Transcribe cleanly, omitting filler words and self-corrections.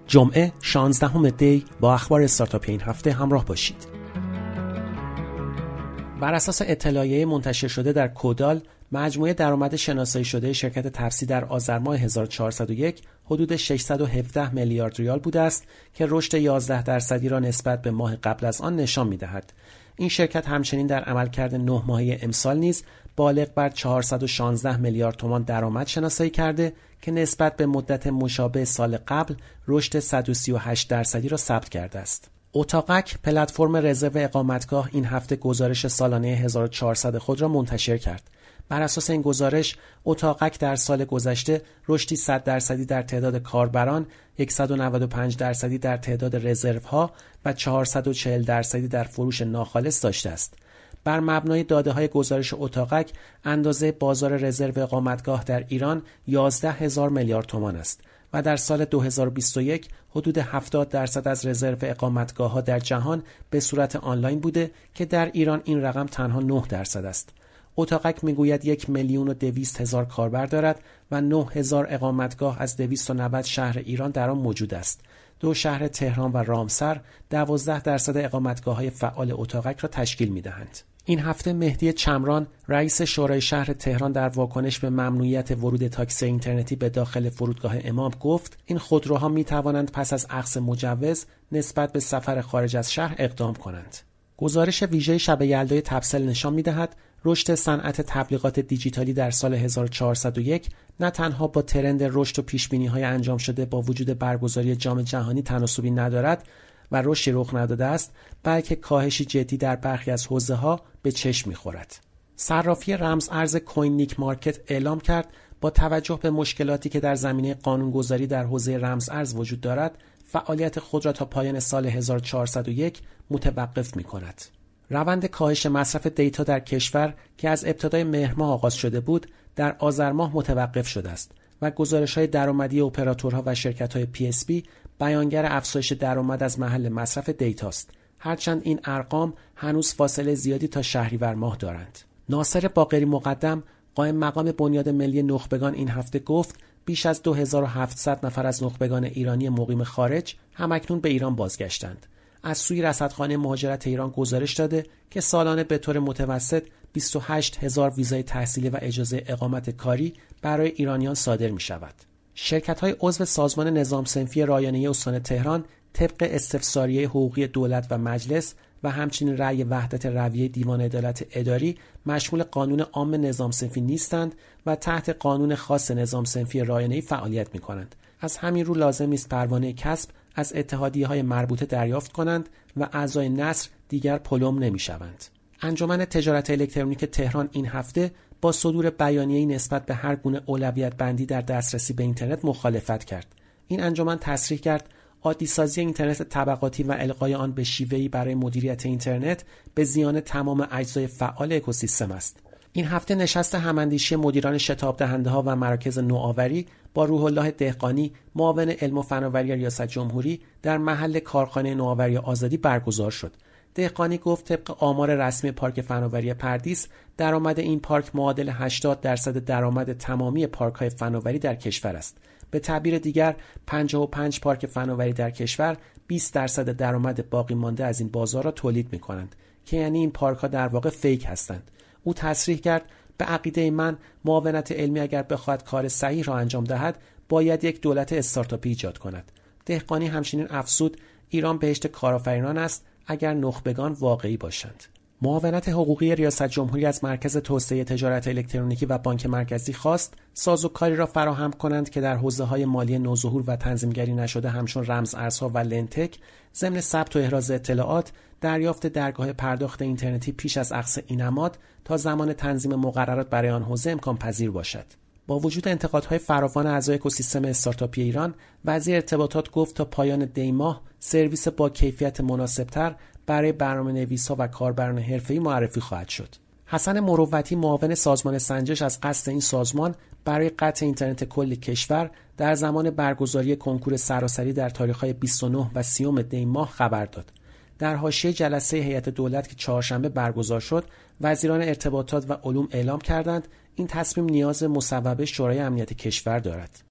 جمعه 16 دی با اخبار استارتاپی این هفته همراه باشید. بر اساس اطلاعیه منتشر شده در کودال، مجموعه درآمد شناسایی شده شرکت تپسی در آذر ماه 1401 حدود 617 میلیارد ریال بوده است که رشد 11% را نسبت به ماه قبل از آن نشان می‌دهد. این شرکت همچنین در عملکرد 9 ماهه امسال نیز بالغ بر 416 میلیارد تومان درآمد شناسایی کرده که نسبت به مدت مشابه سال قبل رشد 138% را ثبت کرده است. اتاقک پلتفرم رزرو اقامتگاه این هفته گزارش سالانه 1400 خود را منتشر کرد. بر اساس این گزارش، اتاقک در سال گذشته رشدی 100% در تعداد کاربران، 195% در تعداد رزروها و 440% در فروش ناخالص داشته است. بر مبنای داده‌های گزارش اتاقک، اندازه بازار رزرو اقامتگاه در ایران 11,000 میلیارد تومان است و در سال 2021 حدود 70% از رزرو اقامتگاه‌ها در جهان به صورت آنلاین بوده که در ایران این رقم تنها 9% است. اتاقک میگوید 1,200,000 کاربر دارد و 9,000 اقامتگاه از 290 شهر ایران در آن موجود است. 2 شهر تهران و رامسر 12% اقامتگاه‌های فعال اتاقک را تشکیل می‌دهند. این هفته مهدی چمران رئیس شورای شهر تهران در واکنش به ممنوعیت ورود تاکسی اینترنتی به داخل فرودگاه امام گفت این خودروها می‌توانند پس از اخذ مجوز نسبت به سفر خارج از شهر اقدام کنند. گزارش ویژه شب یلدای تبسل نشان می‌دهد رشد صنعت تبلیغات دیجیتالی در سال 1401 نه تنها با ترند رشد و پیشبینی‌های انجام شده با وجود برگزاری جام جهانی تناسبی ندارد و رشدی رخ نداده است، بلکه کاهشی جدی در برخی از حوزه‌ها به چشم می‌خورد. صرافی رمز ارز کوین نیک مارکت اعلام کرد با توجه به مشکلاتی که در زمینه قانونگذاری در حوزه رمز ارز وجود دارد، فعالیت خود را تا پایان سال 1401 متوقف می‌کند. روند کاهش مصرف دیتا در کشور که از ابتدای مهر ماه آغاز شده بود، در آذر ماه متوقف شده است و گزارش‌های درآمدی اپراتورها و شرکت‌های PSP بیانگر افزایش درآمد از محل مصرف دیتا است. هرچند این ارقام هنوز فاصله زیادی تا شهریور ماه دارند. ناصر باقری مقدم، قائم مقام بنیاد ملی نخبگان این هفته گفت بیش از 2700 نفر از نخبگان ایرانی مقیم خارج همکنون به ایران بازگشتند. از سوی رصدخانه مهاجرت ایران گزارش داده که سالانه به طور متوسط 28,000 ویزای تحصیلی و اجازه اقامت کاری برای ایرانیان صادر می شود. شرکت‌های عضو سازمان نظام صنفی رایانه‌ای استان تهران طبق استفساریه حقوقی دولت و مجلس و همچنین رأی وحدت رویه دیوان عدالت اداری مشمول قانون عام نظام صنفی نیستند و تحت قانون خاص نظام صنفی رایانه‌ای فعالیت می‌کنند. از همین رو لازم است پروانه کسب از اتحادیه‌های مربوطه دریافت کنند و اعضای نسر دیگر پلم نمی‌شوند. انجمن تجارت الکترونیک تهران این هفته با صدور بیانیه‌ای نسبت به هر گونه اولویت بندی در دسترسی به اینترنت مخالفت کرد. این انجمن تصریح کرد عادی‌سازی اینترنت طبقاتی و القای آن به شیوه‌ای برای مدیریت اینترنت به زیان تمام اجزای فعال اکوسیستم است. این هفته نشست هماندیشی مدیران شتاب دهنده‌ها و مراکز نوآوری با روح الله دهقانی، معاون علم و فناوری ریاست جمهوری در محل کارخانه نوآوری آزادی برگزار شد. دهقانی گفت طبق آمار رسمی پارک فناوری پردیس درآمد این پارک معادل 80% درآمد تمامی پارک‌های فناوری در کشور است. به تعبیر دیگر 55 پارک فناوری در کشور 20% درآمد باقی مانده از این بازار را تولید می‌کنند که یعنی این پارک‌ها در واقع فیک هستند. او تصریح کرد به عقیده من معاونت علمی اگر بخواهد کار صحیح را انجام دهد باید یک دولت استارتاپی ایجاد کند. دهقانی همچنین افزود ایران بهشت کارآفرینان است اگر نخبگان واقعی باشند. معاونت حقوقی ریاست جمهوری از مرکز توسعه تجارت الکترونیکی و بانک مرکزی خواست سازوکاری را فراهم کنند که در حوزه‌های مالی نوظهور و تنظیمگری نشده همچون رمز ارزها و لنتک ضمن ثبت و احراز اطلاعات دریافت درگاه پرداخت اینترنتی پیش از اخذ این نماد تا زمان تنظیم مقررات برای آن حوزه امکان پذیر باشد. با وجود انتقادهای فراوان اعضای اکوسیستم استارتاپی ایران، وزیر ارتباطات گفت تا پایان دی ماه سرویس با کیفیت مناسبتر برای برنامه‌نویس‌ها و کاربران حرفه‌ای معرفی خواهد شد. حسن مروتی معاون سازمان سنجش از قصد این سازمان برای قطع اینترنت کل کشور در زمان برگزاری کنکور سراسری در تاریخ‌های 29 و 30 دی ماه خبر داد. در حاشیه جلسه هیئت دولت که چهارشنبه برگزار شد، وزیران ارتباطات و علوم اعلام کردند این تصمیم نیاز مصوبه شورای امنیت کشور دارد.